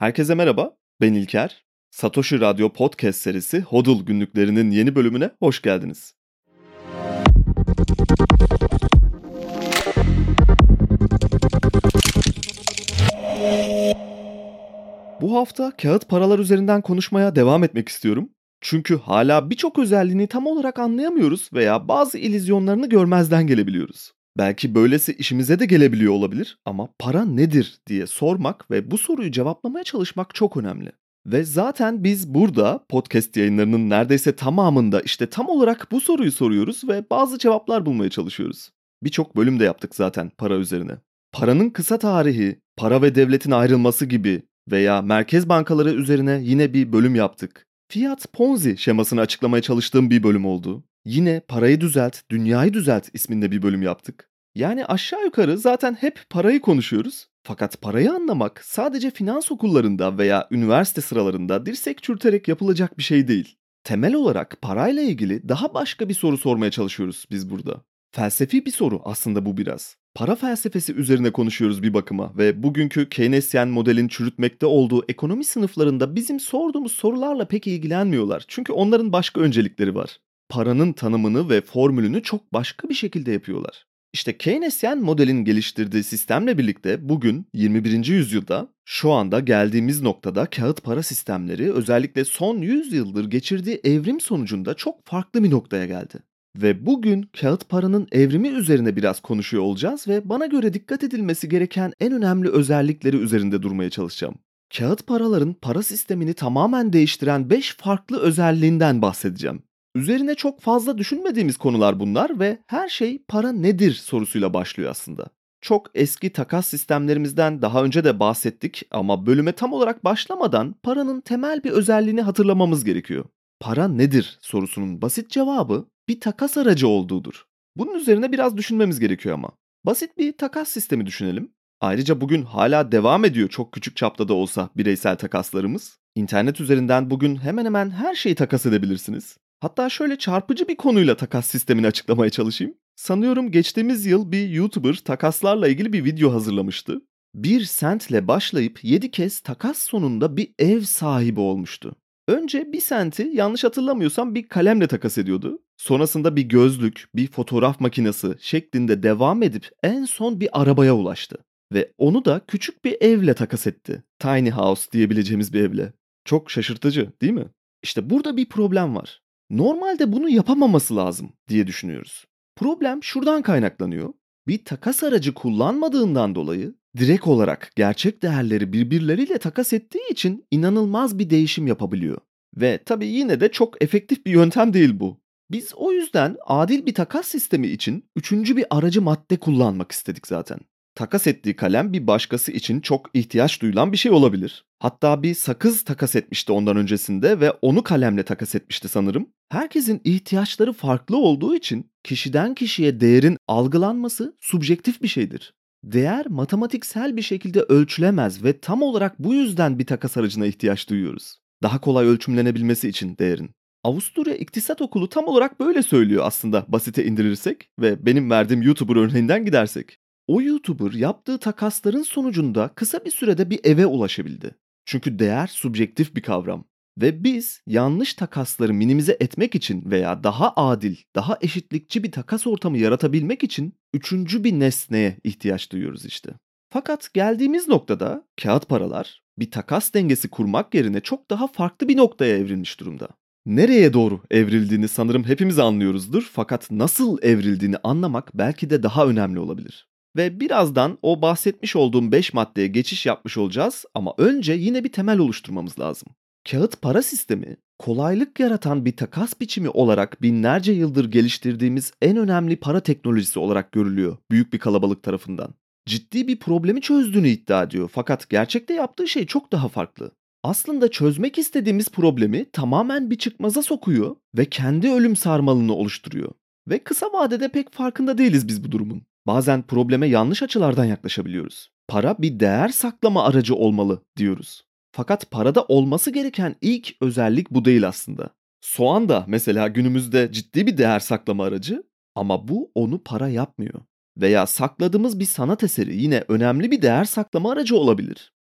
Herkese merhaba, ben İlker. Satoshi Radyo Podcast serisi HODL günlüklerinin yeni bölümüne hoş geldiniz. Bu hafta kağıt paralar üzerinden konuşmaya devam etmek istiyorum. Çünkü hala birçok özelliğini tam olarak anlayamıyoruz veya bazı illüzyonlarını görmezden gelebiliyoruz. Belki böylesi işimize de gelebiliyor olabilir ama para nedir diye sormak ve bu soruyu cevaplamaya çalışmak çok önemli. Ve zaten biz burada podcast yayınlarının neredeyse tamamında işte tam olarak bu soruyu soruyoruz ve bazı cevaplar bulmaya çalışıyoruz. Birçok bölüm de yaptık zaten para üzerine. Paranın kısa tarihi, para ve devletin ayrılması gibi veya merkez bankaları üzerine yine bir bölüm yaptık. Fiat Ponzi şemasını açıklamaya çalıştığım bir bölüm oldu. Yine Parayı Düzelt, Dünyayı Düzelt isminde bir bölüm yaptık. Yani aşağı yukarı zaten hep parayı konuşuyoruz. Fakat parayı anlamak sadece finans okullarında veya üniversite sıralarında dirsek çürüterek yapılacak bir şey değil. Temel olarak parayla ilgili daha başka bir soru sormaya çalışıyoruz biz burada. Felsefi bir soru aslında bu biraz. Para felsefesi üzerine konuşuyoruz bir bakıma ve bugünkü Keynesyen modelin çürütmekte olduğu ekonomi sınıflarında bizim sorduğumuz sorularla pek ilgilenmiyorlar. Çünkü onların başka öncelikleri var. Paranın tanımını ve formülünü çok başka bir şekilde yapıyorlar. İşte Keynesyen modelin geliştirdiği sistemle birlikte bugün 21. yüzyılda şu anda geldiğimiz noktada kağıt para sistemleri özellikle son 100 yıldır geçirdiği evrim sonucunda çok farklı bir noktaya geldi. Ve bugün kağıt paranın evrimi üzerine biraz konuşuyor olacağız ve bana göre dikkat edilmesi gereken en önemli özellikleri üzerinde durmaya çalışacağım. Kağıt paraların para sistemini tamamen değiştiren 5 farklı özelliğinden bahsedeceğim. Üzerine çok fazla düşünmediğimiz konular bunlar ve her şey para nedir sorusuyla başlıyor aslında. Çok eski takas sistemlerimizden daha önce de bahsettik ama bölüme tam olarak başlamadan paranın temel bir özelliğini hatırlamamız gerekiyor. Para nedir sorusunun basit cevabı bir takas aracı olduğudur. Bunun üzerine biraz düşünmemiz gerekiyor ama. Basit bir takas sistemi düşünelim. Ayrıca bugün hala devam ediyor çok küçük çapta da olsa bireysel takaslarımız. İnternet üzerinden bugün hemen hemen her şeyi takas edebilirsiniz. Hatta şöyle çarpıcı bir konuyla takas sistemini açıklamaya çalışayım. Sanıyorum geçtiğimiz yıl bir YouTuber takaslarla ilgili bir video hazırlamıştı. 1 sentle başlayıp 7 kez takas sonunda bir ev sahibi olmuştu. Önce 1 senti yanlış hatırlamıyorsam bir kalemle takas ediyordu. Sonrasında bir gözlük, bir fotoğraf makinesi şeklinde devam edip en son bir arabaya ulaştı. Ve onu da küçük bir evle takas etti. Tiny house diyebileceğimiz bir evle. Çok şaşırtıcı, değil mi? İşte burada bir problem var. Normalde bunu yapamaması lazım diye düşünüyoruz. Problem şuradan kaynaklanıyor. Bir takas aracı kullanmadığından dolayı direkt olarak gerçek değerleri birbirleriyle takas ettiği için inanılmaz bir değişim yapabiliyor. Ve tabii yine de çok efektif bir yöntem değil bu. Biz o yüzden adil bir takas sistemi için üçüncü bir aracı madde kullanmak istedik zaten. Takas ettiği kalem bir başkası için çok ihtiyaç duyulan bir şey olabilir. Hatta bir sakız takas etmişti ondan öncesinde ve onu kalemle takas etmişti sanırım. Herkesin ihtiyaçları farklı olduğu için kişiden kişiye değerin algılanması subjektif bir şeydir. Değer matematiksel bir şekilde ölçülemez ve tam olarak bu yüzden bir takas aracına ihtiyaç duyuyoruz. Daha kolay ölçümlenebilmesi için değerin. Avusturya İktisat Okulu tam olarak böyle söylüyor aslında basite indirirsek ve benim verdiğim YouTuber örneğinden gidersek. O YouTuber yaptığı takasların sonucunda kısa bir sürede bir eve ulaşabildi. Çünkü değer subjektif bir kavram. Ve biz yanlış takasları minimize etmek için veya daha adil, daha eşitlikçi bir takas ortamı yaratabilmek için üçüncü bir nesneye ihtiyaç duyuyoruz işte. Fakat geldiğimiz noktada kağıt paralar bir takas dengesi kurmak yerine çok daha farklı bir noktaya evrilmiş durumda. Nereye doğru evrildiğini sanırım hepimiz anlıyoruzdur fakat nasıl evrildiğini anlamak belki de daha önemli olabilir. Ve birazdan o bahsetmiş olduğum 5 maddeye geçiş yapmış olacağız ama önce yine bir temel oluşturmamız lazım. Kağıt para sistemi, kolaylık yaratan bir takas biçimi olarak binlerce yıldır geliştirdiğimiz en önemli para teknolojisi olarak görülüyor büyük bir kalabalık tarafından. Ciddi bir problemi çözdüğünü iddia ediyor fakat gerçekte yaptığı şey çok daha farklı. Aslında çözmek istediğimiz problemi tamamen bir çıkmaza sokuyor ve kendi ölüm sarmalını oluşturuyor. Ve kısa vadede pek farkında değiliz biz bu durumun. Bazen probleme yanlış açılardan yaklaşabiliyoruz. Para bir değer saklama aracı olmalı diyoruz. Fakat parada olması gereken ilk özellik bu değil aslında. Soğan da mesela günümüzde ciddi bir değer saklama aracı ama bu onu para yapmıyor. Veya sakladığımız bir sanat eseri yine önemli bir değer saklama aracı olabilir.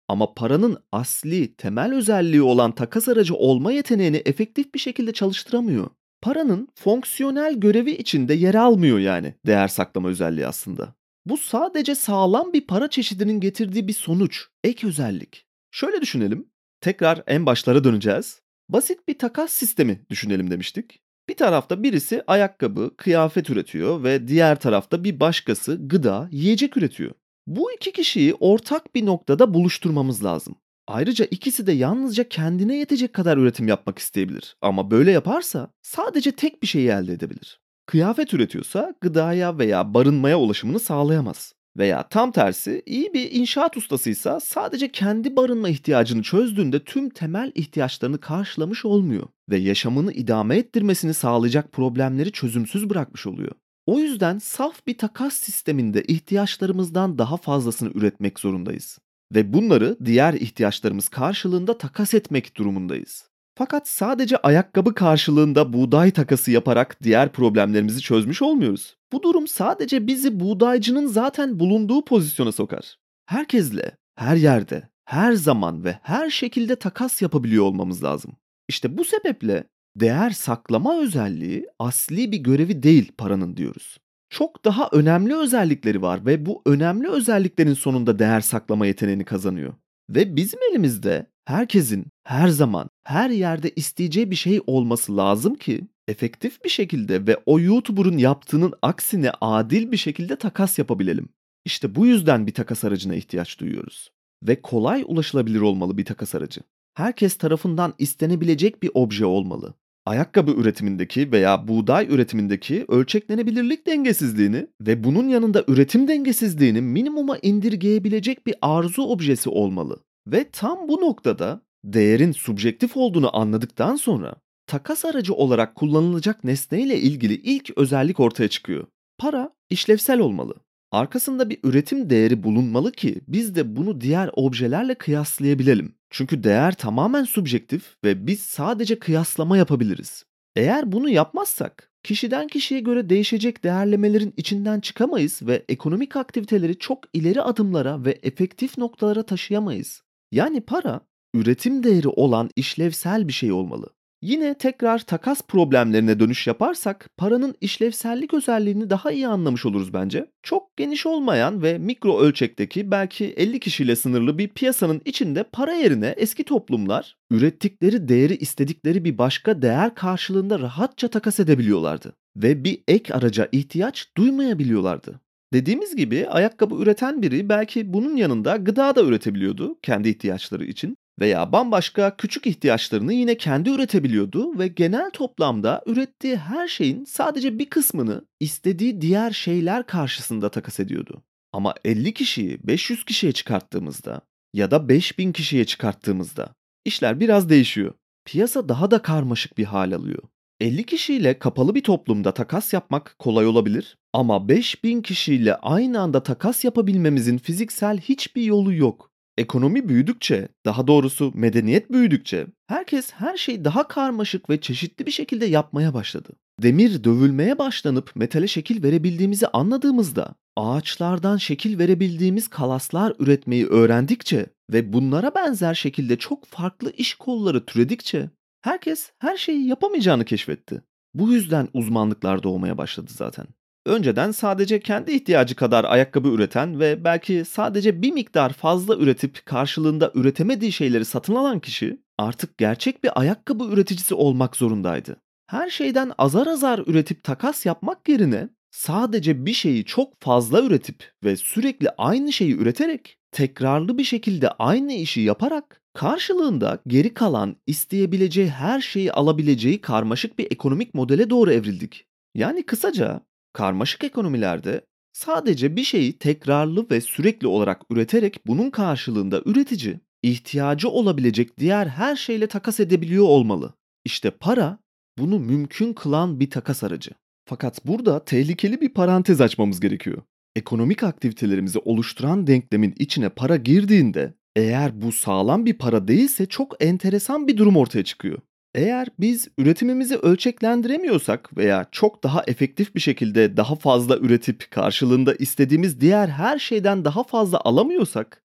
Ama paranın asli, temel özelliği olan takas aracı olma yeteneğini efektif bir şekilde çalıştıramıyor. Paranın fonksiyonel görevi içinde yer almıyor yani değer saklama özelliği aslında. Bu sadece sağlam bir para çeşidinin getirdiği bir sonuç, ek özellik. Şöyle düşünelim, tekrar en başlara döneceğiz. Basit bir takas sistemi düşünelim demiştik. Bir tarafta birisi ayakkabı, kıyafet üretiyor ve diğer tarafta bir başkası gıda, yiyecek üretiyor. Bu iki kişiyi ortak bir noktada buluşturmamız lazım. Ayrıca ikisi de yalnızca kendine yetecek kadar üretim yapmak isteyebilir. Ama böyle yaparsa sadece tek bir şeyi elde edebilir. Kıyafet üretiyorsa gıdaya veya barınmaya ulaşımını sağlayamaz. Veya tam tersi iyi bir inşaat ustasıysa sadece kendi barınma ihtiyacını çözdüğünde tüm temel ihtiyaçlarını karşılamış olmuyor ve yaşamını idame ettirmesini sağlayacak problemleri çözümsüz bırakmış oluyor. O yüzden saf bir takas sisteminde ihtiyaçlarımızdan daha fazlasını üretmek zorundayız ve bunları diğer ihtiyaçlarımız karşılığında takas etmek durumundayız. Fakat sadece ayakkabı karşılığında buğday takası yaparak diğer problemlerimizi çözmüş olmuyoruz. Bu durum sadece bizi buğdaycının zaten bulunduğu pozisyona sokar. Herkesle, her yerde, her zaman ve her şekilde takas yapabiliyor olmamız lazım. İşte bu sebeple değer saklama özelliği asli bir görevi değil paranın diyoruz. Çok daha önemli özellikleri var ve bu önemli özelliklerin sonunda değer saklama yeteneğini kazanıyor. Ve bizim elimizde herkesin her zaman, her yerde isteyeceği bir şey olması lazım ki efektif bir şekilde ve o YouTuber'ın yaptığının aksine adil bir şekilde takas yapabilelim. İşte bu yüzden bir takas aracına ihtiyaç duyuyoruz. Ve kolay ulaşılabilir olmalı bir takas aracı. Herkes tarafından istenebilecek bir obje olmalı. Ayakkabı üretimindeki veya buğday üretimindeki ölçeklenebilirlik dengesizliğini ve bunun yanında üretim dengesizliğini minimuma indirgeyebilecek bir arzu objesi olmalı. Ve tam bu noktada değerin subjektif olduğunu anladıktan sonra takas aracı olarak kullanılacak nesneyle ilgili ilk özellik ortaya çıkıyor. Para işlevsel olmalı. Arkasında bir üretim değeri bulunmalı ki biz de bunu diğer objelerle kıyaslayabilelim. Çünkü değer tamamen subjektif ve biz sadece kıyaslama yapabiliriz. Eğer bunu yapmazsak kişiden kişiye göre değişecek değerlemelerin içinden çıkamayız ve ekonomik aktiviteleri çok ileri adımlara ve efektif noktalara taşıyamayız. Yani para üretim değeri olan işlevsel bir şey olmalı. Yine tekrar takas problemlerine dönüş yaparsak paranın işlevsellik özelliğini daha iyi anlamış oluruz bence. Çok geniş olmayan ve mikro ölçekteki belki 50 kişiyle sınırlı bir piyasanın içinde para yerine eski toplumlar ürettikleri değeri istedikleri bir başka değer karşılığında rahatça takas edebiliyorlardı ve bir ek araca ihtiyaç duymayabiliyorlardı. Dediğimiz gibi ayakkabı üreten biri belki bunun yanında gıda da üretebiliyordu kendi ihtiyaçları için veya bambaşka küçük ihtiyaçlarını yine kendi üretebiliyordu ve genel toplamda ürettiği her şeyin sadece bir kısmını istediği diğer şeyler karşısında takas ediyordu. Ama 50 kişiyi 500 kişiye çıkarttığımızda ya da 5000 kişiye çıkarttığımızda işler biraz değişiyor. Piyasa daha da karmaşık bir hal alıyor. 50 kişiyle kapalı bir toplumda takas yapmak kolay olabilir ama 5000 kişiyle aynı anda takas yapabilmemizin fiziksel hiçbir yolu yok. Ekonomi büyüdükçe, daha doğrusu medeniyet büyüdükçe herkes her şeyi daha karmaşık ve çeşitli bir şekilde yapmaya başladı. Demir dövülmeye başlanıp metale şekil verebildiğimizi anladığımızda, ağaçlardan şekil verebildiğimiz kalaslar üretmeyi öğrendikçe ve bunlara benzer şekilde çok farklı iş kolları türedikçe herkes her şeyi yapamayacağını keşfetti. Bu yüzden uzmanlıklar doğmaya başladı zaten. Önceden sadece kendi ihtiyacı kadar ayakkabı üreten ve belki sadece bir miktar fazla üretip karşılığında üretemediği şeyleri satın alan kişi artık gerçek bir ayakkabı üreticisi olmak zorundaydı. Her şeyden azar azar üretip takas yapmak yerine sadece bir şeyi çok fazla üretip ve sürekli aynı şeyi üreterek tekrarlı bir şekilde aynı işi yaparak karşılığında geri kalan isteyebileceği her şeyi alabileceği karmaşık bir ekonomik modele doğru evrildik. Yani kısaca karmaşık ekonomilerde sadece bir şeyi tekrarlı ve sürekli olarak üreterek bunun karşılığında üretici ihtiyacı olabilecek diğer her şeyle takas edebiliyor olmalı. İşte para bunu mümkün kılan bir takas aracı. Fakat burada tehlikeli bir parantez açmamız gerekiyor. Ekonomik aktivitelerimizi oluşturan denklemin içine para girdiğinde eğer bu sağlam bir para değilse çok enteresan bir durum ortaya çıkıyor. Eğer biz üretimimizi ölçeklendiremiyorsak veya çok daha efektif bir şekilde daha fazla üretip karşılığında istediğimiz diğer her şeyden daha fazla alamıyorsak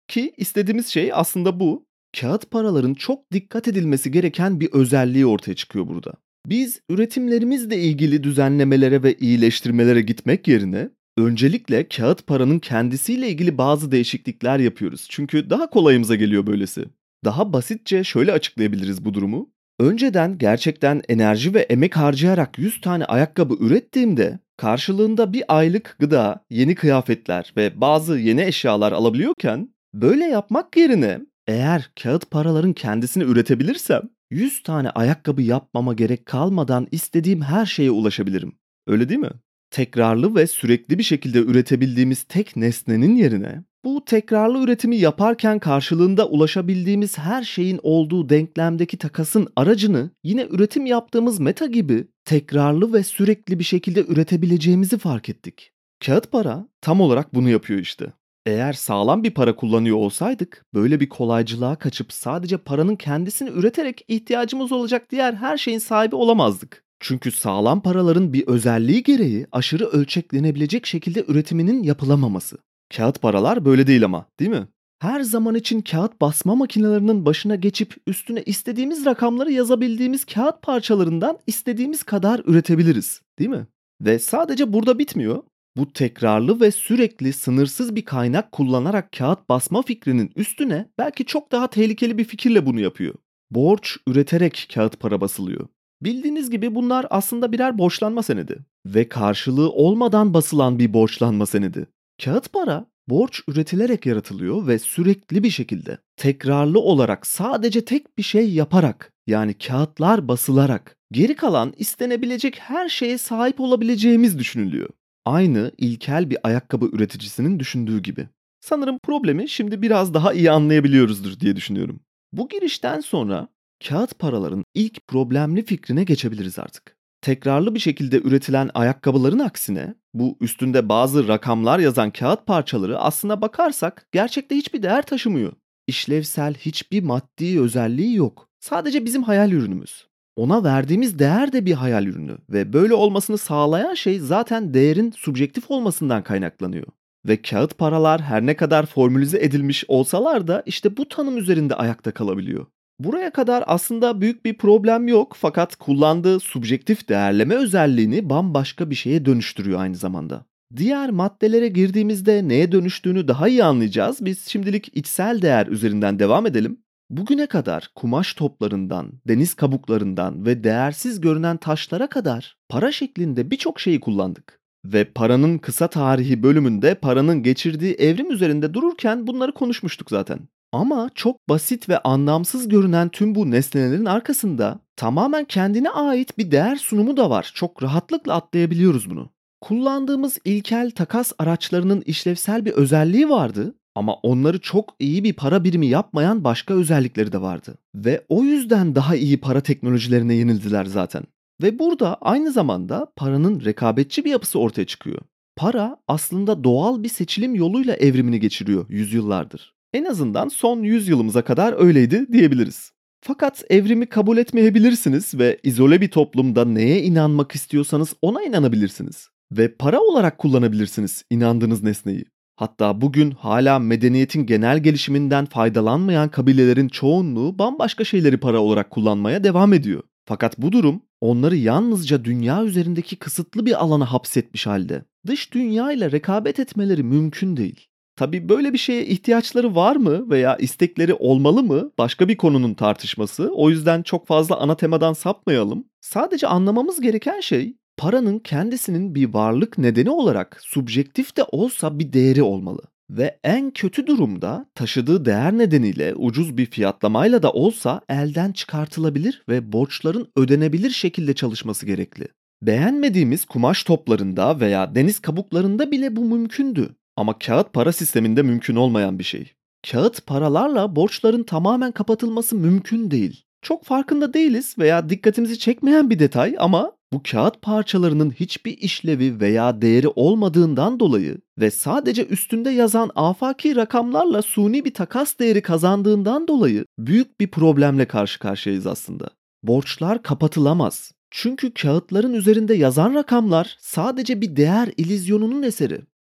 Ki istediğimiz şey aslında bu. Kağıt paraların çok dikkat edilmesi gereken bir özelliği ortaya çıkıyor burada. Biz üretimlerimizle ilgili düzenlemelere ve iyileştirmelere gitmek yerine öncelikle kağıt paranın kendisiyle ilgili bazı değişiklikler yapıyoruz. Çünkü daha kolayımıza geliyor böylesi. Daha basitçe şöyle açıklayabiliriz bu durumu. Önceden gerçekten enerji ve emek harcayarak 100 tane ayakkabı ürettiğimde karşılığında bir aylık gıda, yeni kıyafetler ve bazı yeni eşyalar alabiliyorken böyle yapmak yerine eğer kağıt paraların kendisini üretebilirsem 100 tane ayakkabı yapmama gerek kalmadan istediğim her şeye ulaşabilirim. Öyle değil mi? Tekrarlı ve sürekli bir şekilde üretebildiğimiz tek nesnenin yerine bu tekrarlı üretimi yaparken karşılığında ulaşabildiğimiz her şeyin olduğu denklemdeki takasın aracını yine üretim yaptığımız meta gibi tekrarlı ve sürekli bir şekilde üretebileceğimizi fark ettik. Kağıt para tam olarak bunu yapıyor işte. Eğer sağlam bir para kullanıyor olsaydık, böyle bir kolaycılığa kaçıp sadece paranın kendisini üreterek ihtiyacımız olacak diğer her şeyin sahibi olamazdık. Çünkü sağlam paraların bir özelliği gereği aşırı ölçeklenebilecek şekilde üretiminin yapılamaması. Kağıt paralar böyle değil ama, değil mi? Her zaman için kağıt basma makinelerinin başına geçip üstüne istediğimiz rakamları yazabildiğimiz kağıt parçalarından istediğimiz kadar üretebiliriz, değil mi? Ve sadece burada bitmiyor. Bu tekrarlı ve sürekli sınırsız bir kaynak kullanarak kağıt basma fikrinin üstüne belki çok daha tehlikeli bir fikirle bunu yapıyor. Borç üreterek kağıt para basılıyor. Bildiğiniz gibi bunlar aslında birer borçlanma senedi ve karşılığı olmadan basılan bir borçlanma senedi. Kağıt para borç üretilerek yaratılıyor ve sürekli bir şekilde tekrarlı olarak sadece tek bir şey yaparak yani kağıtlar basılarak geri kalan istenebilecek her şeye sahip olabileceğimiz düşünülüyor. Aynı ilkel bir ayakkabı üreticisinin düşündüğü gibi. Sanırım problemi şimdi biraz daha iyi anlayabiliyoruzdur diye düşünüyorum. Bu girişten sonra kağıt paraların ilk problemli fikrine geçebiliriz artık. Tekrarlı bir şekilde üretilen ayakkabıların aksine bu üstünde bazı rakamlar yazan kağıt parçaları aslına bakarsak gerçekte hiçbir değer taşımıyor. İşlevsel hiçbir maddi özelliği yok. Sadece bizim hayal ürünümüz. Ona verdiğimiz değer de bir hayal ürünü ve böyle olmasını sağlayan şey zaten değerin subjektif olmasından kaynaklanıyor. Ve kağıt paralar her ne kadar formülize edilmiş olsalar da işte bu tanım üzerinde ayakta kalabiliyor. Buraya kadar aslında büyük bir problem yok fakat kullandığı subjektif değerleme özelliğini bambaşka bir şeye dönüştürüyor aynı zamanda. Diğer maddelere girdiğimizde neye dönüştüğünü daha iyi anlayacağız. Biz şimdilik içsel değer üzerinden devam edelim. Bugüne kadar kumaş toplarından, deniz kabuklarından ve değersiz görünen taşlara kadar para şeklinde birçok şeyi kullandık. Ve paranın kısa tarihi bölümünde paranın geçirdiği evrim üzerinde dururken bunları konuşmuştuk zaten. Ama çok basit ve anlamsız görünen tüm bu nesnelerin arkasında tamamen kendine ait bir değer sunumu da var. Çok rahatlıkla atlayabiliyoruz bunu. Kullandığımız ilkel takas araçlarının işlevsel bir özelliği vardı ama onları çok iyi bir para birimi yapmayan başka özellikleri de vardı. Ve o yüzden daha iyi para teknolojilerine yenildiler zaten. Ve burada aynı zamanda paranın rekabetçi bir yapısı ortaya çıkıyor. Para aslında doğal bir seçilim yoluyla evrimini geçiriyor yüzyıllardır. En azından son 100 yılımıza kadar öyleydi diyebiliriz. Fakat evrimi kabul etmeyebilirsiniz ve izole bir toplumda neye inanmak istiyorsanız ona inanabilirsiniz. Ve para olarak kullanabilirsiniz inandığınız nesneyi. Hatta bugün hala medeniyetin genel gelişiminden faydalanmayan kabilelerin çoğunluğu bambaşka şeyleri para olarak kullanmaya devam ediyor. Fakat bu durum onları yalnızca dünya üzerindeki kısıtlı bir alana hapsetmiş halde. Dış dünya ile rekabet etmeleri mümkün değil. Tabii böyle bir şeye ihtiyaçları var mı veya istekleri olmalı mı? Başka bir konunun tartışması. O yüzden çok fazla ana temadan sapmayalım. Sadece anlamamız gereken şey paranın kendisinin bir varlık nedeni olarak subjektif de olsa bir değeri olmalı. Ve en kötü durumda taşıdığı değer nedeniyle ucuz bir fiyatlamayla da olsa elden çıkartılabilir ve borçların ödenebilir şekilde çalışması gerekli. Beğenmediğimiz kumaş toplarında veya deniz kabuklarında bile bu mümkündü. Ama kağıt para sisteminde mümkün olmayan bir şey. Kağıt paralarla borçların tamamen kapatılması mümkün değil. Çok farkında değiliz veya dikkatimizi çekmeyen bir detay ama bu kağıt parçalarının hiçbir işlevi veya değeri olmadığından dolayı ve sadece üstünde yazan afaki rakamlarla suni bir takas değeri kazandığından dolayı büyük bir problemle karşı karşıyayız aslında. Borçlar kapatılamaz. Çünkü kağıtların üzerinde yazan rakamlar sadece bir değer illüzyonunun eseri.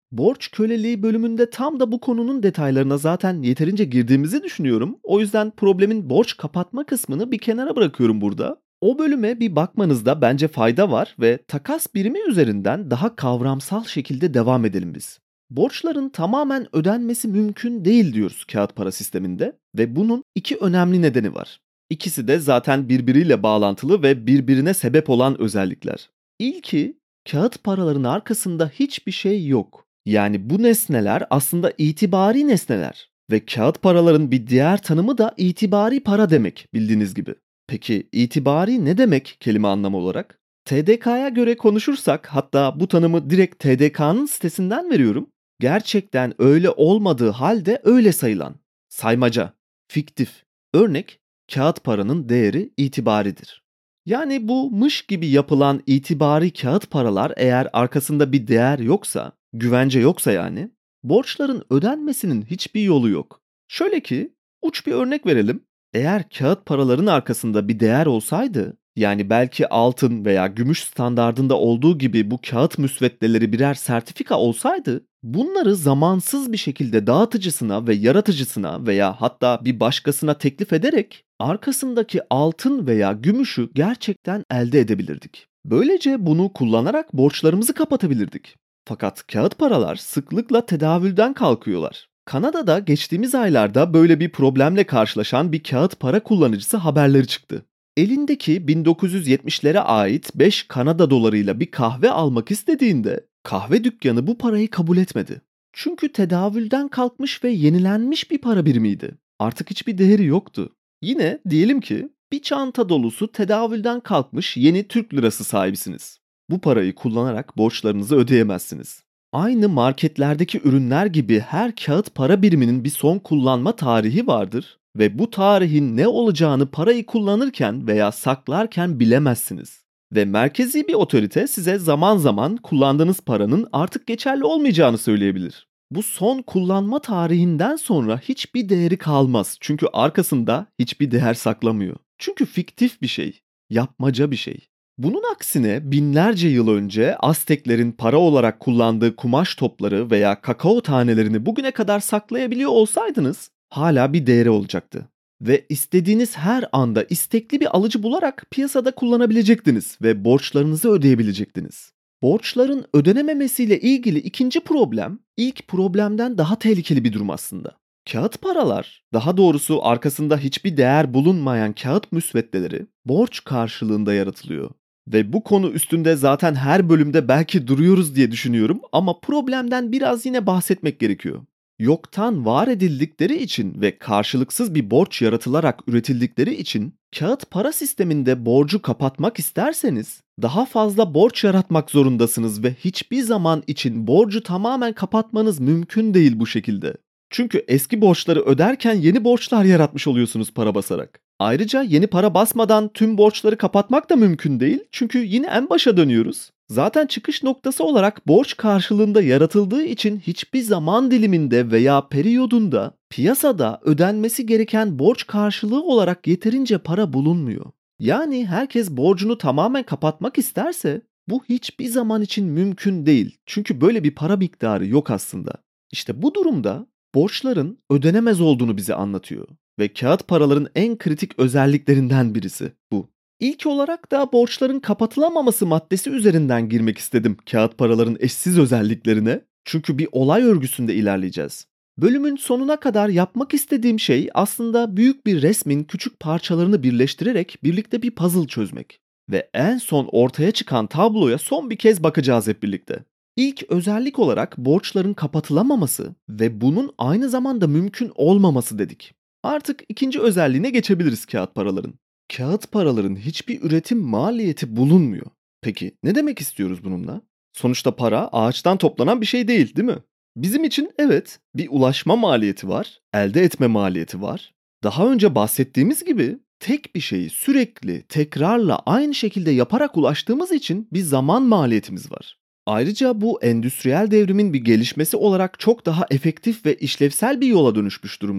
Borç köleliği bölümünde tam da bu konunun detaylarına zaten yeterince girdiğimizi düşünüyorum. O yüzden problemin borç kapatma kısmını bir kenara bırakıyorum burada. O bölüme bir bakmanızda bence fayda var ve takas birimi üzerinden daha kavramsal şekilde devam edelim biz. Borçların tamamen ödenmesi mümkün değil diyoruz kağıt para sisteminde ve bunun iki önemli nedeni var. İkisi de zaten birbiriyle bağlantılı ve birbirine sebep olan özellikler. İlki, kağıt paraların arkasında hiçbir şey yok. Yani bu nesneler aslında itibari nesneler ve kağıt paraların bir diğer tanımı da itibari para demek bildiğiniz gibi. Peki itibari ne demek kelime anlamı olarak? TDK'ya göre konuşursak, hatta bu tanımı direkt TDK'nın sitesinden veriyorum. Gerçekten öyle olmadığı halde öyle sayılan, saymaca, fiktif. Örnek, kağıt paranın değeri itibaridir. Yani bu mış gibi yapılan itibari kağıt paralar eğer arkasında bir değer yoksa, güvence yoksa yani, borçların ödenmesinin hiçbir yolu yok. Şöyle ki, uç bir örnek verelim. Eğer kağıt paraların arkasında bir değer olsaydı, yani belki altın veya gümüş standardında olduğu gibi bu kağıt müsveddeleri birer sertifika olsaydı, bunları zamansız bir şekilde dağıtıcısına ve yaratıcısına veya hatta bir başkasına teklif ederek arkasındaki altın veya gümüşü gerçekten elde edebilirdik. Böylece bunu kullanarak borçlarımızı kapatabilirdik. Fakat kağıt paralar sıklıkla tedavülden kalkıyorlar. Kanada'da geçtiğimiz aylarda böyle bir problemle karşılaşan bir kağıt para kullanıcısı haberleri çıktı. Elindeki 1970'lere ait 5 Kanada dolarıyla bir kahve almak istediğinde kahve dükkanı bu parayı kabul etmedi. Çünkü tedavülden kalkmış ve yenilenmiş bir para birimiydi. Artık hiçbir değeri yoktu. Yine diyelim ki bir çanta dolusu tedavülden kalkmış yeni Türk lirası sahibisiniz. Bu parayı kullanarak borçlarınızı ödeyemezsiniz. Aynı marketlerdeki ürünler gibi her kağıt para biriminin bir son kullanma tarihi vardır ve bu tarihin ne olacağını parayı kullanırken veya saklarken bilemezsiniz. Ve merkezi bir otorite size zaman zaman kullandığınız paranın artık geçerli olmayacağını söyleyebilir. Bu son kullanma tarihinden sonra hiçbir değeri kalmaz. Çünkü arkasında hiçbir değer saklamıyor. Çünkü fiktif bir şey, yapmaca bir şey. Bunun aksine binlerce yıl önce Azteklerin para olarak kullandığı kumaş topları veya kakao tanelerini bugüne kadar saklayabiliyor olsaydınız hala bir değeri olacaktı. Ve istediğiniz her anda istekli bir alıcı bularak piyasada kullanabilecektiniz ve borçlarınızı ödeyebilecektiniz. Borçların ödenememesiyle ilgili ikinci problem, ilk problemden daha tehlikeli bir durum aslında. Kağıt paralar, daha doğrusu arkasında hiçbir değer bulunmayan kağıt müsveddeleri borç karşılığında yaratılıyor. Ve bu konu üstünde zaten her bölümde belki duruyoruz diye düşünüyorum ama problemden biraz yine bahsetmek gerekiyor. Yoktan var edildikleri için ve karşılıksız bir borç yaratılarak üretildikleri için kağıt para sisteminde borcu kapatmak isterseniz daha fazla borç yaratmak zorundasınız ve hiçbir zaman için borcu tamamen kapatmanız mümkün değil bu şekilde. Çünkü eski borçları öderken yeni borçlar yaratmış oluyorsunuz para basarak. Ayrıca yeni para basmadan tüm borçları kapatmak da mümkün değil. Çünkü yine en başa dönüyoruz. Zaten çıkış noktası olarak borç karşılığında yaratıldığı için hiçbir zaman diliminde veya periyodunda piyasada ödenmesi gereken borç karşılığı olarak yeterince para bulunmuyor. Yani herkes borcunu tamamen kapatmak isterse bu hiçbir zaman için mümkün değil. Çünkü böyle bir para miktarı yok aslında. İşte bu durumda borçların ödenemez olduğunu bize anlatıyor ve kağıt paraların en kritik özelliklerinden birisi bu. İlk olarak da borçların kapatılamaması maddesi üzerinden girmek istedim kağıt paraların eşsiz özelliklerine. Çünkü bir olay örgüsünde ilerleyeceğiz. Bölümün sonuna kadar yapmak istediğim şey aslında büyük bir resmin küçük parçalarını birleştirerek birlikte bir puzzle çözmek. Ve en son ortaya çıkan tabloya son bir kez bakacağız hep birlikte. İlk özellik olarak borçların kapatılamaması ve bunun aynı zamanda mümkün olmaması dedik. Artık ikinci özelliğine geçebiliriz kağıt paraların. Kağıt paraların hiçbir üretim maliyeti bulunmuyor. Peki ne demek istiyoruz bununla? Sonuçta para ağaçtan toplanan bir şey değil, değil mi? Bizim için evet, bir ulaşma maliyeti var, elde etme maliyeti var. Daha önce bahsettiğimiz gibi tek bir şeyi sürekli, tekrarla aynı şekilde yaparak ulaştığımız için bir zaman maliyetimiz var. Ayrıca bu endüstriyel devrimin bir gelişmesi olarak çok daha efektif ve işlevsel bir yola dönüşmüş durumda.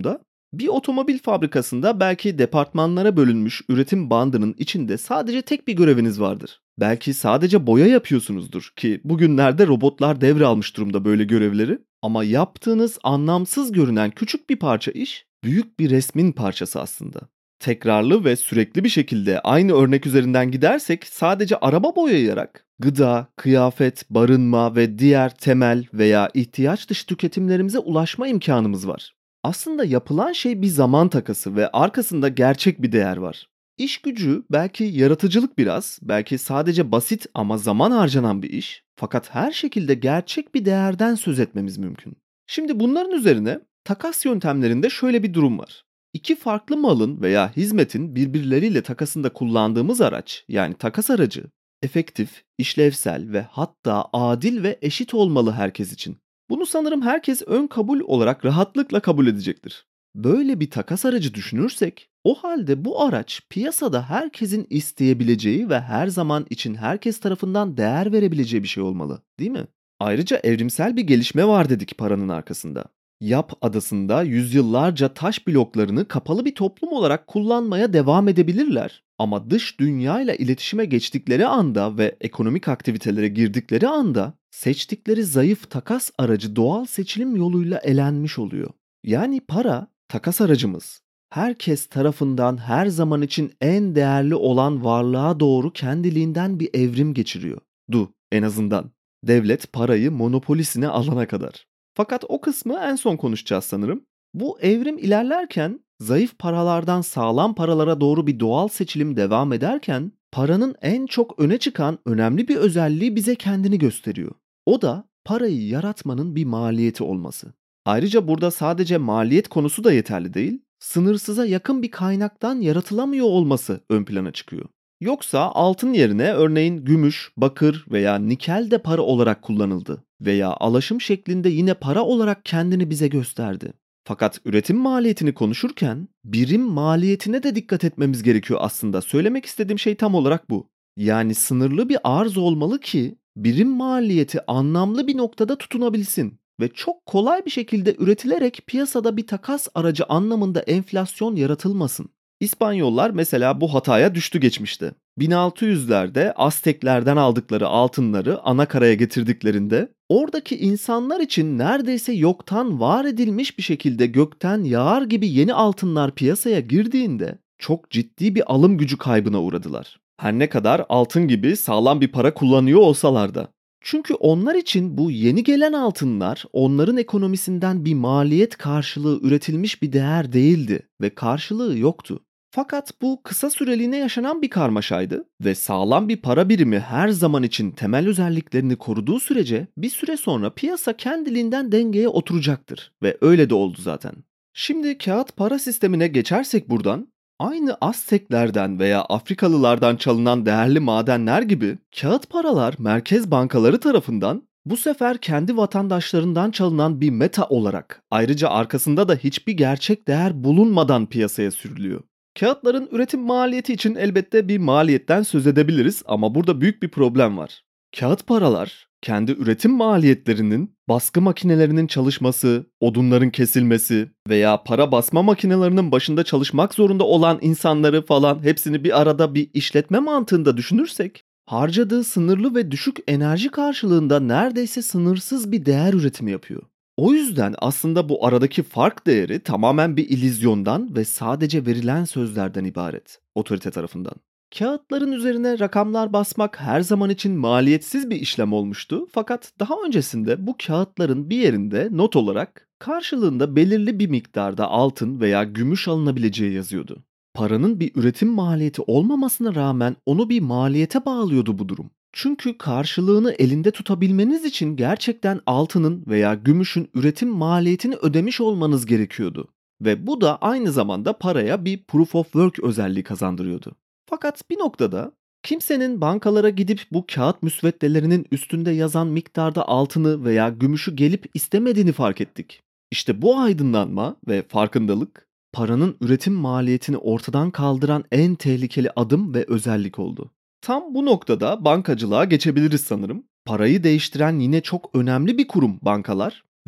Bir otomobil fabrikasında belki departmanlara bölünmüş üretim bandının içinde sadece tek bir göreviniz vardır. Belki sadece boya yapıyorsunuzdur ki bugünlerde robotlar devralmış durumda böyle görevleri. Ama yaptığınız anlamsız görünen küçük bir parça iş büyük bir resmin parçası aslında. Tekrarlı ve sürekli bir şekilde aynı örnek üzerinden gidersek sadece araba boyayarak gıda, kıyafet, barınma ve diğer temel veya ihtiyaç dışı tüketimlerimize ulaşma imkanımız var. Aslında yapılan şey bir zaman takası ve arkasında gerçek bir değer var. İş gücü belki yaratıcılık biraz, belki sadece basit ama zaman harcanan bir iş. Fakat her şekilde gerçek bir değerden söz etmemiz mümkün. Şimdi bunların üzerine takas yöntemlerinde şöyle bir durum var. İki farklı malın veya hizmetin birbirleriyle takasında kullandığımız araç, yani takas aracı, efektif, işlevsel ve hatta adil ve eşit olmalı herkes için. Bunu sanırım herkes ön kabul olarak rahatlıkla kabul edecektir. Böyle bir takas aracı düşünürsek, o halde bu araç piyasada herkesin isteyebileceği ve her zaman için herkes tarafından değer verebileceği bir şey olmalı, değil mi? Ayrıca evrimsel bir gelişme var dedik paranın arkasında. Yap adasında yüzyıllarca taş bloklarını kapalı bir toplum olarak kullanmaya devam edebilirler. Ama dış dünyayla iletişime geçtikleri anda ve ekonomik aktivitelere girdikleri anda seçtikleri zayıf takas aracı doğal seçilim yoluyla elenmiş oluyor. Yani para takas aracımız. Herkes tarafından her zaman için en değerli olan varlığa doğru kendiliğinden bir evrim geçiriyor. En azından. Devlet parayı monopolisine alana kadar. Fakat o kısmı en son konuşacağız sanırım. Bu evrim ilerlerken zayıf paralardan sağlam paralara doğru bir doğal seçilim devam ederken paranın en çok öne çıkan önemli bir özelliği bize kendini gösteriyor. O da parayı yaratmanın bir maliyeti olması. Ayrıca burada sadece maliyet konusu da yeterli değil, sınırsıza yakın bir kaynaktan yaratılamıyor olması ön plana çıkıyor. Yoksa altın yerine örneğin gümüş, bakır veya nikel de para olarak kullanıldı veya alaşım şeklinde yine para olarak kendini bize gösterdi. Fakat üretim maliyetini konuşurken birim maliyetine de dikkat etmemiz gerekiyor aslında. Söylemek istediğim şey tam olarak bu. Yani sınırlı bir arz olmalı ki birim maliyeti anlamlı bir noktada tutunabilsin ve çok kolay bir şekilde üretilerek piyasada bir takas aracı anlamında enflasyon yaratılmasın. İspanyollar mesela bu hataya düştü geçmişte. 1600'lerde Azteklerden aldıkları altınları anakaraya getirdiklerinde oradaki insanlar için neredeyse yoktan var edilmiş bir şekilde gökten yağar gibi yeni altınlar piyasaya girdiğinde çok ciddi bir alım gücü kaybına uğradılar. Her ne kadar altın gibi sağlam bir para kullanıyor olsalar da. Çünkü onlar için bu yeni gelen altınlar onların ekonomisinden bir maliyet karşılığı üretilmiş bir değer değildi ve karşılığı yoktu. Fakat bu kısa süreliğine yaşanan bir karmaşaydı ve sağlam bir para birimi her zaman için temel özelliklerini koruduğu sürece bir süre sonra piyasa kendiliğinden dengeye oturacaktır ve öyle de oldu zaten. Şimdi kağıt para sistemine geçersek buradan, aynı Azteklerden veya Afrikalılardan çalınan değerli madenler gibi kağıt paralar merkez bankaları tarafından bu sefer kendi vatandaşlarından çalınan bir meta olarak ayrıca arkasında da hiçbir gerçek değer bulunmadan piyasaya sürülüyor. Kağıtların üretim maliyeti için elbette bir maliyetten söz edebiliriz ama burada büyük bir problem var. Kağıt paralar kendi üretim maliyetlerinin baskı makinelerinin çalışması, odunların kesilmesi veya para basma makinelerinin başında çalışmak zorunda olan insanları falan hepsini bir arada bir işletme mantığında düşünürsek harcadığı sınırlı ve düşük enerji karşılığında neredeyse sınırsız bir değer üretimi yapıyor. O yüzden aslında bu aradaki fark değeri tamamen bir illüzyondan ve sadece verilen sözlerden ibaret otorite tarafından. Kağıtların üzerine rakamlar basmak her zaman için maliyetsiz bir işlem olmuştu fakat daha öncesinde bu kağıtların bir yerinde not olarak karşılığında belirli bir miktarda altın veya gümüş alınabileceği yazıyordu. Paranın bir üretim maliyeti olmamasına rağmen onu bir maliyete bağlıyordu bu durum. Çünkü karşılığını elinde tutabilmeniz için gerçekten altının veya gümüşün üretim maliyetini ödemiş olmanız gerekiyordu. Ve bu da aynı zamanda paraya bir proof of work özelliği kazandırıyordu. Fakat bir noktada kimsenin bankalara gidip bu kağıt müsveddelerinin üstünde yazan miktarda altını veya gümüşü gelip istemediğini fark ettik. İşte bu aydınlanma ve farkındalık paranın üretim maliyetini ortadan kaldıran en tehlikeli adım ve özellik oldu. Tam bu noktada bankacılığa geçebiliriz sanırım. Parayı değiştiren yine çok önemli bir kurum bankalar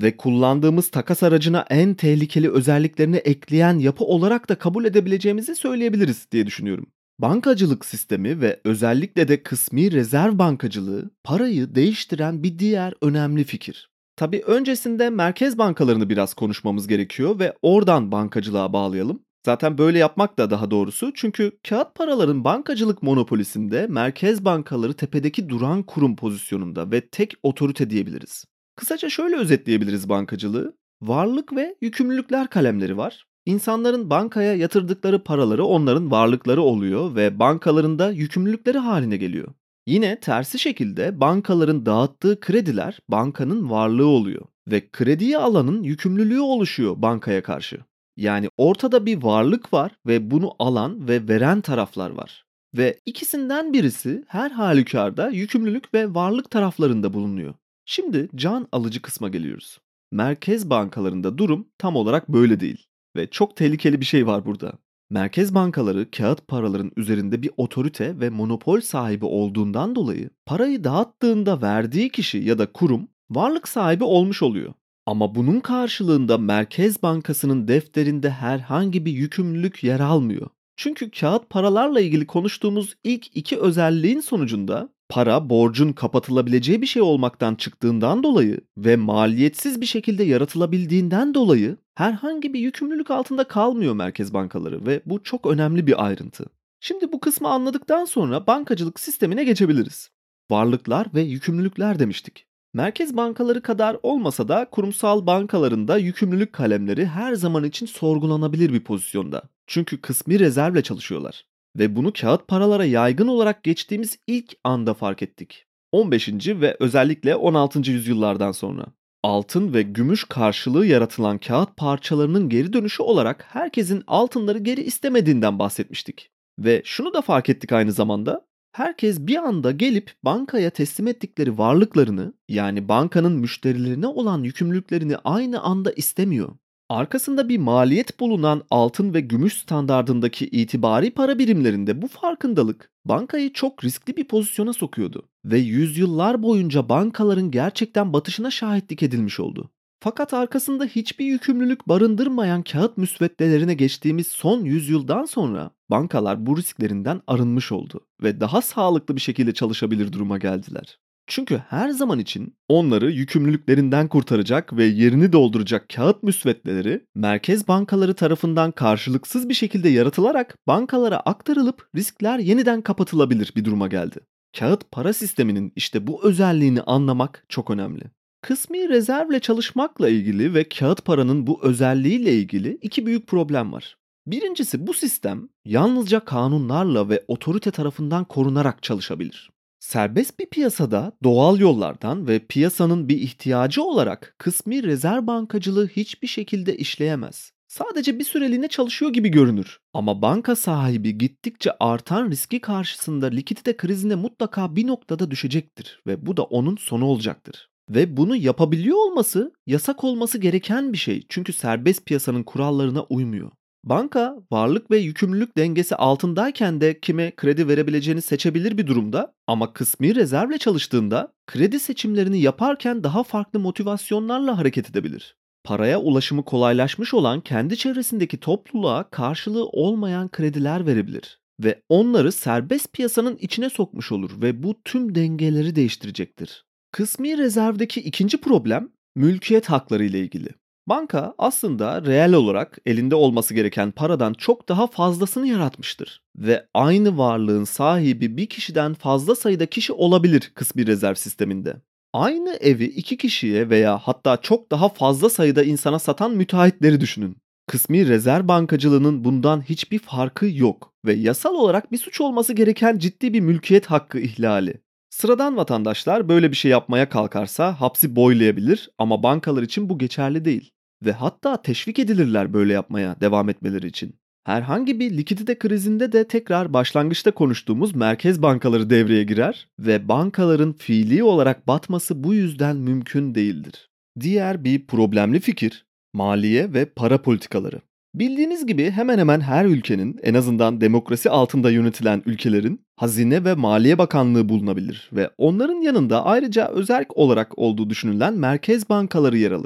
ve kullandığımız takas aracına en tehlikeli özelliklerini ekleyen yapı olarak da kabul edebileceğimizi söyleyebiliriz diye düşünüyorum. Bankacılık sistemi ve özellikle de kısmi rezerv bankacılığı parayı değiştiren bir diğer önemli fikir. Tabii öncesinde merkez bankalarını biraz konuşmamız gerekiyor ve oradan bankacılığa bağlayalım. Zaten böyle yapmak da daha doğrusu, çünkü kağıt paraların bankacılık monopolisinde merkez bankaları tepedeki duran kurum pozisyonunda ve tek otorite diyebiliriz. Kısaca şöyle özetleyebiliriz bankacılığı. Varlık ve yükümlülükler kalemleri var. İnsanların bankaya yatırdıkları paraları onların varlıkları oluyor ve bankaların da yükümlülükleri haline geliyor. Yine tersi şekilde bankaların dağıttığı krediler bankanın varlığı oluyor ve krediyi alanın yükümlülüğü oluşuyor bankaya karşı. Yani ortada bir varlık var ve bunu alan ve veren taraflar var. Ve ikisinden birisi her halükarda yükümlülük ve varlık taraflarında bulunuyor. Şimdi can alıcı kısma geliyoruz. Merkez bankalarında durum tam olarak böyle değil ve çok tehlikeli bir şey var burada. Merkez bankaları kağıt paraların üzerinde bir otorite ve monopol sahibi olduğundan dolayı parayı dağıttığında verdiği kişi ya da kurum varlık sahibi olmuş oluyor. Ama bunun karşılığında Merkez Bankası'nın defterinde herhangi bir yükümlülük yer almıyor. Çünkü kağıt paralarla ilgili konuştuğumuz ilk iki özelliğin sonucunda para borcun kapatılabileceği bir şey olmaktan çıktığından dolayı ve maliyetsiz bir şekilde yaratılabildiğinden dolayı herhangi bir yükümlülük altında kalmıyor merkez bankaları ve bu çok önemli bir ayrıntı. Şimdi bu kısmı anladıktan sonra bankacılık sistemine geçebiliriz. Varlıklar ve yükümlülükler demiştik. Merkez bankaları kadar olmasa da kurumsal bankalarında yükümlülük kalemleri her zaman için sorgulanabilir bir pozisyonda. Çünkü kısmi rezervle çalışıyorlar. Ve bunu kağıt paralara yaygın olarak geçtiğimiz ilk anda fark ettik. 15. ve özellikle 16. yüzyıllardan sonra. Altın ve gümüş karşılığı yaratılan kağıt parçalarının geri dönüşü olarak herkesin altınları geri istemediğinden bahsetmiştik. Ve şunu da fark ettik aynı zamanda. Herkes bir anda gelip bankaya teslim ettikleri varlıklarını, yani bankanın müşterilerine olan yükümlülüklerini aynı anda istemiyor. Arkasında bir maliyet bulunan altın ve gümüş standardındaki itibari para birimlerinde bu farkındalık bankayı çok riskli bir pozisyona sokuyordu ve yüzyıllar boyunca bankaların gerçekten batışına şahitlik edilmiş oldu. Fakat arkasında hiçbir yükümlülük barındırmayan kağıt müsveddelerine geçtiğimiz son yüzyıldan sonra bankalar bu risklerinden arınmış oldu ve daha sağlıklı bir şekilde çalışabilir duruma geldiler. Çünkü her zaman için onları yükümlülüklerinden kurtaracak ve yerini dolduracak kağıt müsveddeleri merkez bankaları tarafından karşılıksız bir şekilde yaratılarak bankalara aktarılıp riskler yeniden kapatılabilir bir duruma geldi. Kağıt para sisteminin işte bu özelliğini anlamak çok önemli. Kısmi rezervle çalışmakla ilgili ve kağıt paranın bu özelliğiyle ilgili iki büyük problem var. Birincisi, bu sistem yalnızca kanunlarla ve otorite tarafından korunarak çalışabilir. Serbest bir piyasada doğal yollardan ve piyasanın bir ihtiyacı olarak kısmi rezerv bankacılığı hiçbir şekilde işleyemez. Sadece bir süreliğine çalışıyor gibi görünür. Ama banka sahibi gittikçe artan riski karşısında likidite krizine mutlaka bir noktada düşecektir ve bu da onun sonu olacaktır. Ve bunu yapabiliyor olması yasak olması gereken bir şey, çünkü serbest piyasanın kurallarına uymuyor. Banka varlık ve yükümlülük dengesi altındayken de kime kredi verebileceğini seçebilir bir durumda, ama kısmi rezervle çalıştığında kredi seçimlerini yaparken daha farklı motivasyonlarla hareket edebilir. Paraya ulaşımı kolaylaşmış olan kendi çevresindeki topluluğa karşılığı olmayan krediler verebilir ve onları serbest piyasanın içine sokmuş olur ve bu tüm dengeleri değiştirecektir. Kısmi rezervdeki ikinci problem mülkiyet hakları ile ilgili. Banka aslında reel olarak elinde olması gereken paradan çok daha fazlasını yaratmıştır ve aynı varlığın sahibi bir kişiden fazla sayıda kişi olabilir kısmi rezerv sisteminde. Aynı evi iki kişiye veya hatta çok daha fazla sayıda insana satan müteahhitleri düşünün. Kısmi rezerv bankacılığının bundan hiçbir farkı yok ve yasal olarak bir suç olması gereken ciddi bir mülkiyet hakkı ihlali. Sıradan vatandaşlar böyle bir şey yapmaya kalkarsa hapsi boylayabilir, ama bankalar için bu geçerli değil. Ve hatta teşvik edilirler böyle yapmaya devam etmeleri için. Herhangi bir likidite krizinde de tekrar başlangıçta konuştuğumuz merkez bankaları devreye girer ve bankaların fiili olarak batması bu yüzden mümkün değildir. Diğer bir problemli fikir, maliye ve para politikaları. Bildiğiniz gibi hemen hemen her ülkenin, en azından demokrasi altında yönetilen ülkelerin Hazine ve Maliye Bakanlığı bulunabilir ve onların yanında ayrıca özerk olarak olduğu düşünülen merkez bankaları yer alır.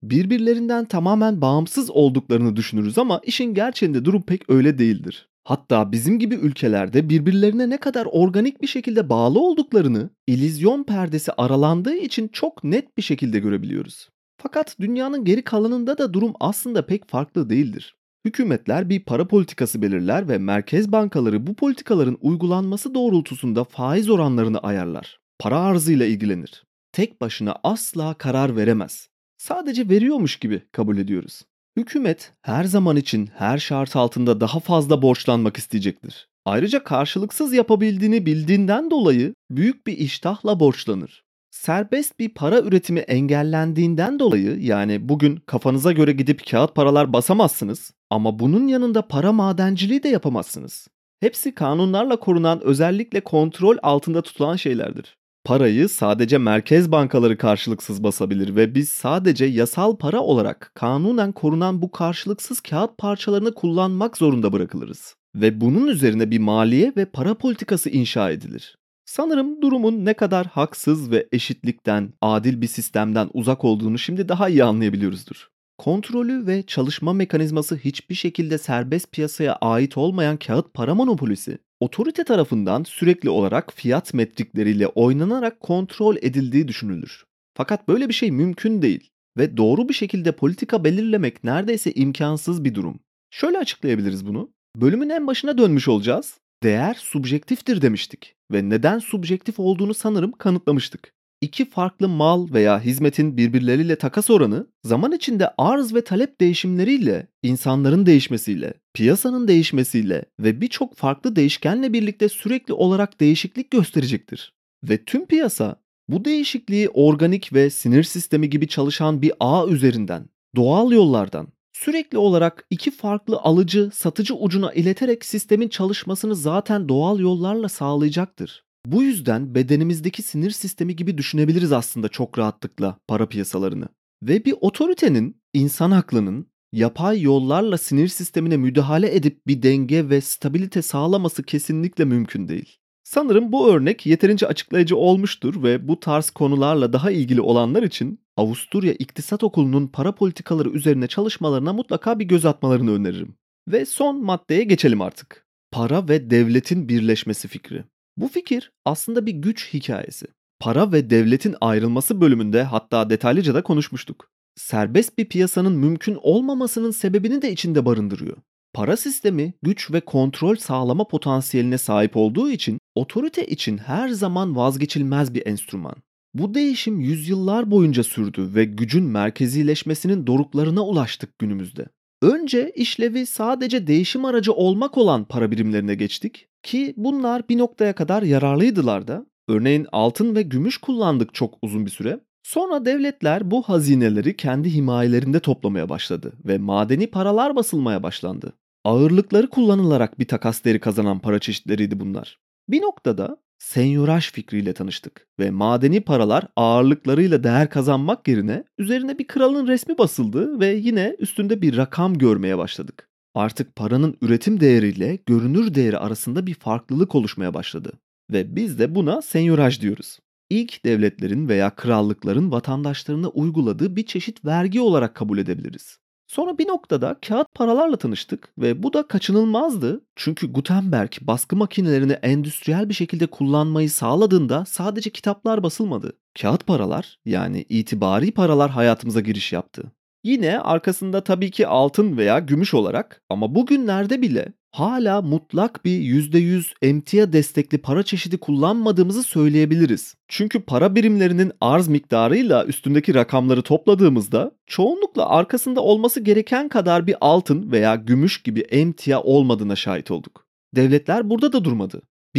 Birbirlerinden tamamen bağımsız olduklarını düşünürüz ama işin gerçeğinde durum pek öyle değildir. Hatta bizim gibi ülkelerde birbirlerine ne kadar organik bir şekilde bağlı olduklarını illüzyon perdesi aralandığı için çok net bir şekilde görebiliyoruz. Fakat dünyanın geri kalanında da durum aslında pek farklı değildir. Hükümetler bir para politikası belirler ve merkez bankaları bu politikaların uygulanması doğrultusunda faiz oranlarını ayarlar. Para arzıyla ilgilenir. Tek başına asla karar veremez. Sadece veriyormuş gibi kabul ediyoruz. Hükümet her zaman için her şart altında daha fazla borçlanmak isteyecektir. Ayrıca karşılıksız yapabildiğini bildiğinden dolayı büyük bir iştahla borçlanır. Serbest bir para üretimi engellendiğinden dolayı, yani bugün kafanıza göre gidip kağıt paralar basamazsınız ama bunun yanında para madenciliği de yapamazsınız. Hepsi kanunlarla korunan, özellikle kontrol altında tutulan şeylerdir. Parayı sadece merkez bankaları karşılıksız basabilir ve biz sadece yasal para olarak kanunen korunan bu karşılıksız kağıt parçalarını kullanmak zorunda bırakılırız. Ve bunun üzerine bir maliye ve para politikası inşa edilir. Sanırım durumun ne kadar haksız ve eşitlikten, adil bir sistemden uzak olduğunu şimdi daha iyi anlayabiliyoruzdur. Kontrolü ve çalışma mekanizması hiçbir şekilde serbest piyasaya ait olmayan kağıt para monopolisi, otorite tarafından sürekli olarak fiyat metrikleriyle oynanarak kontrol edildiği düşünülür. Fakat böyle bir şey mümkün değil ve doğru bir şekilde politika belirlemek neredeyse imkansız bir durum. Şöyle açıklayabiliriz bunu. Bölümün en başına dönmüş olacağız. Değer subjektiftir demiştik ve neden subjektif olduğunu sanırım kanıtlamıştık. İki farklı mal veya hizmetin birbirleriyle takas oranı zaman içinde arz ve talep değişimleriyle, insanların değişmesiyle, piyasanın değişmesiyle ve birçok farklı değişkenle birlikte sürekli olarak değişiklik gösterecektir. Ve tüm piyasa bu değişikliği organik ve sinir sistemi gibi çalışan bir ağ üzerinden, doğal yollardan, sürekli olarak iki farklı alıcı, satıcı ucuna ileterek sistemin çalışmasını zaten doğal yollarla sağlayacaktır. Bu yüzden bedenimizdeki sinir sistemi gibi düşünebiliriz aslında çok rahatlıkla para piyasalarını. Ve bir otoritenin, insan aklının yapay yollarla sinir sistemine müdahale edip bir denge ve stabilite sağlaması kesinlikle mümkün değil. Sanırım bu örnek yeterince açıklayıcı olmuştur ve bu tarz konularla daha ilgili olanlar için Avusturya İktisat Okulu'nun para politikaları üzerine çalışmalarına mutlaka bir göz atmalarını öneririm. Ve son maddeye geçelim artık. Para ve devletin birleşmesi fikri. Bu fikir aslında bir güç hikayesi. Para ve devletin ayrılması bölümünde hatta detaylıca da konuşmuştuk. Serbest bir piyasanın mümkün olmamasının sebebini de içinde barındırıyor. Para sistemi güç ve kontrol sağlama potansiyeline sahip olduğu için otorite için her zaman vazgeçilmez bir enstrüman. Bu değişim yüzyıllar boyunca sürdü ve gücün merkezileşmesinin doruklarına ulaştık günümüzde. Önce işlevi sadece değişim aracı olmak olan para birimlerine geçtik ki bunlar bir noktaya kadar yararlıydılar da. Örneğin altın ve gümüş kullandık çok uzun bir süre. Sonra devletler bu hazineleri kendi himayelerinde toplamaya başladı ve madeni paralar basılmaya başlandı. Ağırlıkları kullanılarak bir takas değeri kazanan para çeşitleriydi bunlar. Bir noktada senyoraj fikriyle tanıştık ve madeni paralar ağırlıklarıyla değer kazanmak yerine üzerine bir kralın resmi basıldı ve yine üstünde bir rakam görmeye başladık. Artık paranın üretim değeriyle görünür değeri arasında bir farklılık oluşmaya başladı ve biz de buna senyoraj diyoruz. İlk devletlerin veya krallıkların vatandaşlarına uyguladığı bir çeşit vergi olarak kabul edebiliriz. Sonra bir noktada kağıt paralarla tanıştık ve bu da kaçınılmazdı. Çünkü Gutenberg baskı makinelerini endüstriyel bir şekilde kullanmayı sağladığında sadece kitaplar basılmadı. Kağıt paralar, yani itibari paralar hayatımıza giriş yaptı. Yine arkasında tabii ki altın veya gümüş olarak, ama bugünlerde bile hala mutlak bir %100 emtia destekli para çeşidi kullanmadığımızı söyleyebiliriz. Çünkü para birimlerinin arz miktarıyla üstündeki rakamları topladığımızda çoğunlukla arkasında olması gereken kadar bir altın veya gümüş gibi emtia olmadığına şahit olduk. Devletler burada da durmadı.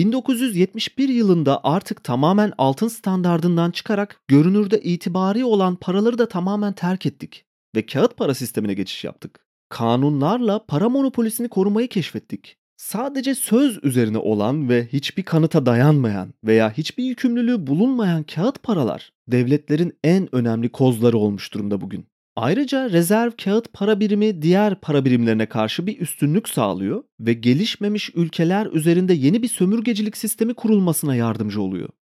1971 yılında artık tamamen altın standardından çıkarak görünürde itibari olan paraları da tamamen terk ettik ve kağıt para sistemine geçiş yaptık. Kanunlarla para monopolisini korumayı keşfettik. Sadece söz üzerine olan ve hiçbir kanıta dayanmayan veya hiçbir yükümlülüğü bulunmayan kağıt paralar devletlerin en önemli kozları olmuş durumda bugün. Ayrıca rezerv kağıt para birimi diğer para birimlerine karşı bir üstünlük sağlıyor ve gelişmemiş ülkeler üzerinde yeni bir sömürgecilik sistemi kurulmasına yardımcı oluyor.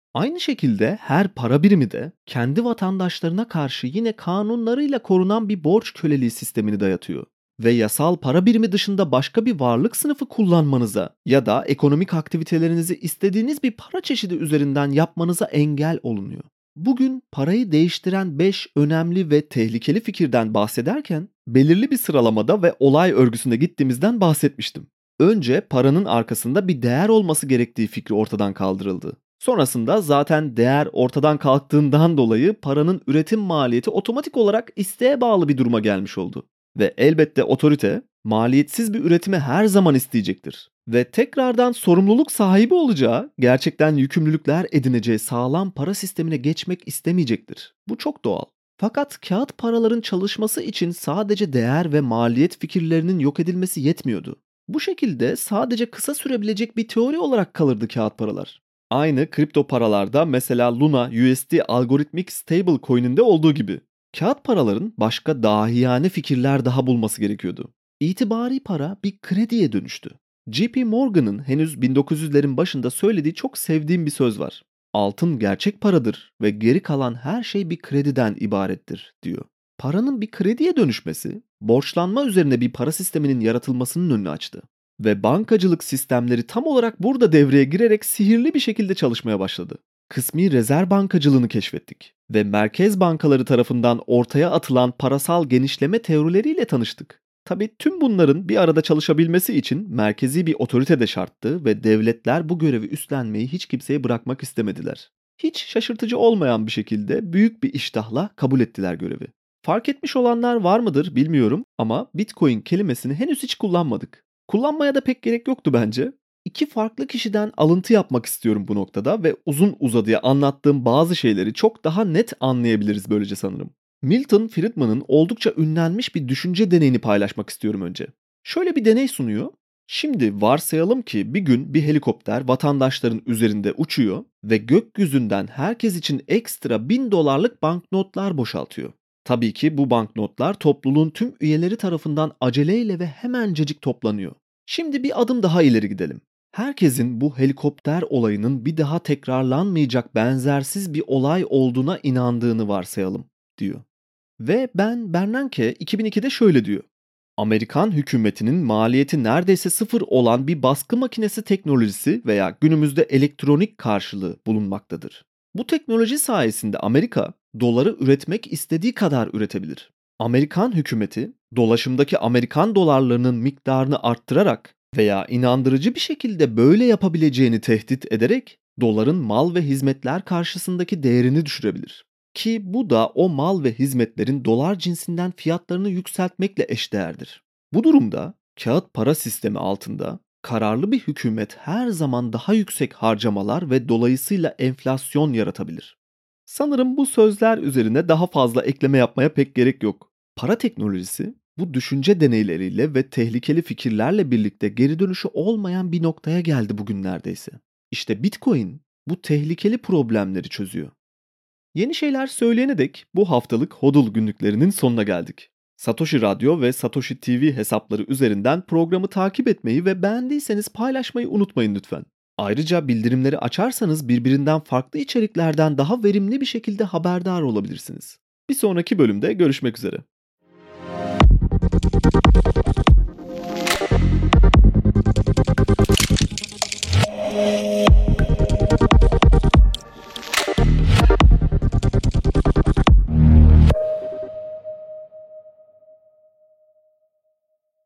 Aynı şekilde her para birimi de kendi vatandaşlarına karşı yine kanunlarıyla korunan bir borç köleliği sistemini dayatıyor. Ve yasal para birimi dışında başka bir varlık sınıfı kullanmanıza ya da ekonomik aktivitelerinizi istediğiniz bir para çeşidi üzerinden yapmanıza engel olunuyor. Bugün parayı değiştiren 5 önemli ve tehlikeli fikirden bahsederken belirli bir sıralamada ve olay örgüsünde gittiğimizden bahsetmiştim. Önce paranın arkasında bir değer olması gerektiği fikri ortadan kaldırıldı. Sonrasında zaten değer ortadan kalktığından dolayı paranın üretim maliyeti otomatik olarak isteğe bağlı bir duruma gelmiş oldu. Ve elbette otorite maliyetsiz bir üretimi her zaman isteyecektir. Ve tekrardan sorumluluk sahibi olacağı, gerçekten yükümlülükler edineceği sağlam para sistemine geçmek istemeyecektir. Bu çok doğal. Fakat kağıt paraların çalışması için sadece değer ve maliyet fikirlerinin yok edilmesi yetmiyordu. Bu şekilde sadece kısa sürebilecek bir teori olarak kalırdı kağıt paralar. Aynı kripto paralarda mesela Luna USD Algorithmic Stablecoin'inde olduğu gibi. Kağıt paraların başka dahiyane fikirler daha bulması gerekiyordu. İtibari para bir krediye dönüştü. JP Morgan'ın henüz 1900'lerin başında söylediği çok sevdiğim bir söz var. Altın gerçek paradır ve geri kalan her şey bir krediden ibarettir diyor. Paranın bir krediye dönüşmesi, borçlanma üzerine bir para sisteminin yaratılmasının önünü açtı. Ve bankacılık sistemleri tam olarak burada devreye girerek sihirli bir şekilde çalışmaya başladı. Kısmi rezerv bankacılığını keşfettik ve merkez bankaları tarafından ortaya atılan parasal genişleme teorileriyle tanıştık. Tabii tüm bunların bir arada çalışabilmesi için merkezi bir otorite de şarttı ve devletler bu görevi üstlenmeyi hiç kimseye bırakmak istemediler. Hiç şaşırtıcı olmayan bir şekilde büyük bir iştahla kabul ettiler görevi. Fark etmiş olanlar var mıdır bilmiyorum ama Bitcoin kelimesini henüz hiç kullanmadık. Kullanmaya da pek gerek yoktu bence. İki farklı kişiden alıntı yapmak istiyorum bu noktada ve uzun uzadıya anlattığım bazı şeyleri çok daha net anlayabiliriz böylece sanırım. Milton Friedman'ın oldukça ünlenmiş bir düşünce deneyini paylaşmak istiyorum önce. Şöyle bir deney sunuyor. Şimdi varsayalım ki bir gün bir helikopter vatandaşların üzerinde uçuyor ve gökyüzünden herkes için ekstra 1.000 dolarlık banknotlar boşaltıyor. Tabii ki bu banknotlar topluluğun tüm üyeleri tarafından aceleyle ve hemencecik toplanıyor. Şimdi bir adım daha ileri gidelim. Herkesin bu helikopter olayının bir daha tekrarlanmayacak benzersiz bir olay olduğuna inandığını varsayalım, diyor. Ve Ben Bernanke 2002'de şöyle diyor. Amerikan hükümetinin maliyeti neredeyse sıfır olan bir baskı makinesi teknolojisi veya günümüzde elektronik karşılığı bulunmaktadır. Bu teknoloji sayesinde Amerika doları üretmek istediği kadar üretebilir. Amerikan hükümeti dolaşımdaki Amerikan dolarlarının miktarını arttırarak veya inandırıcı bir şekilde böyle yapabileceğini tehdit ederek doların mal ve hizmetler karşısındaki değerini düşürebilir. Ki bu da o mal ve hizmetlerin dolar cinsinden fiyatlarını yükseltmekle eşdeğerdir. Bu durumda kağıt para sistemi altında kararlı bir hükümet her zaman daha yüksek harcamalar ve dolayısıyla enflasyon yaratabilir. Sanırım bu sözler üzerine daha fazla ekleme yapmaya pek gerek yok. Para teknolojisi bu düşünce deneyleriyle ve tehlikeli fikirlerle birlikte geri dönüşü olmayan bir noktaya geldi bugün neredeyse. İşte Bitcoin bu tehlikeli problemleri çözüyor. Yeni şeyler söyleyene dek bu haftalık HODL günlüklerinin sonuna geldik. Satoshi Radyo ve Satoshi TV hesapları üzerinden programı takip etmeyi ve beğendiyseniz paylaşmayı unutmayın lütfen. Ayrıca bildirimleri açarsanız birbirinden farklı içeriklerden daha verimli bir şekilde haberdar olabilirsiniz. Bir sonraki bölümde görüşmek üzere.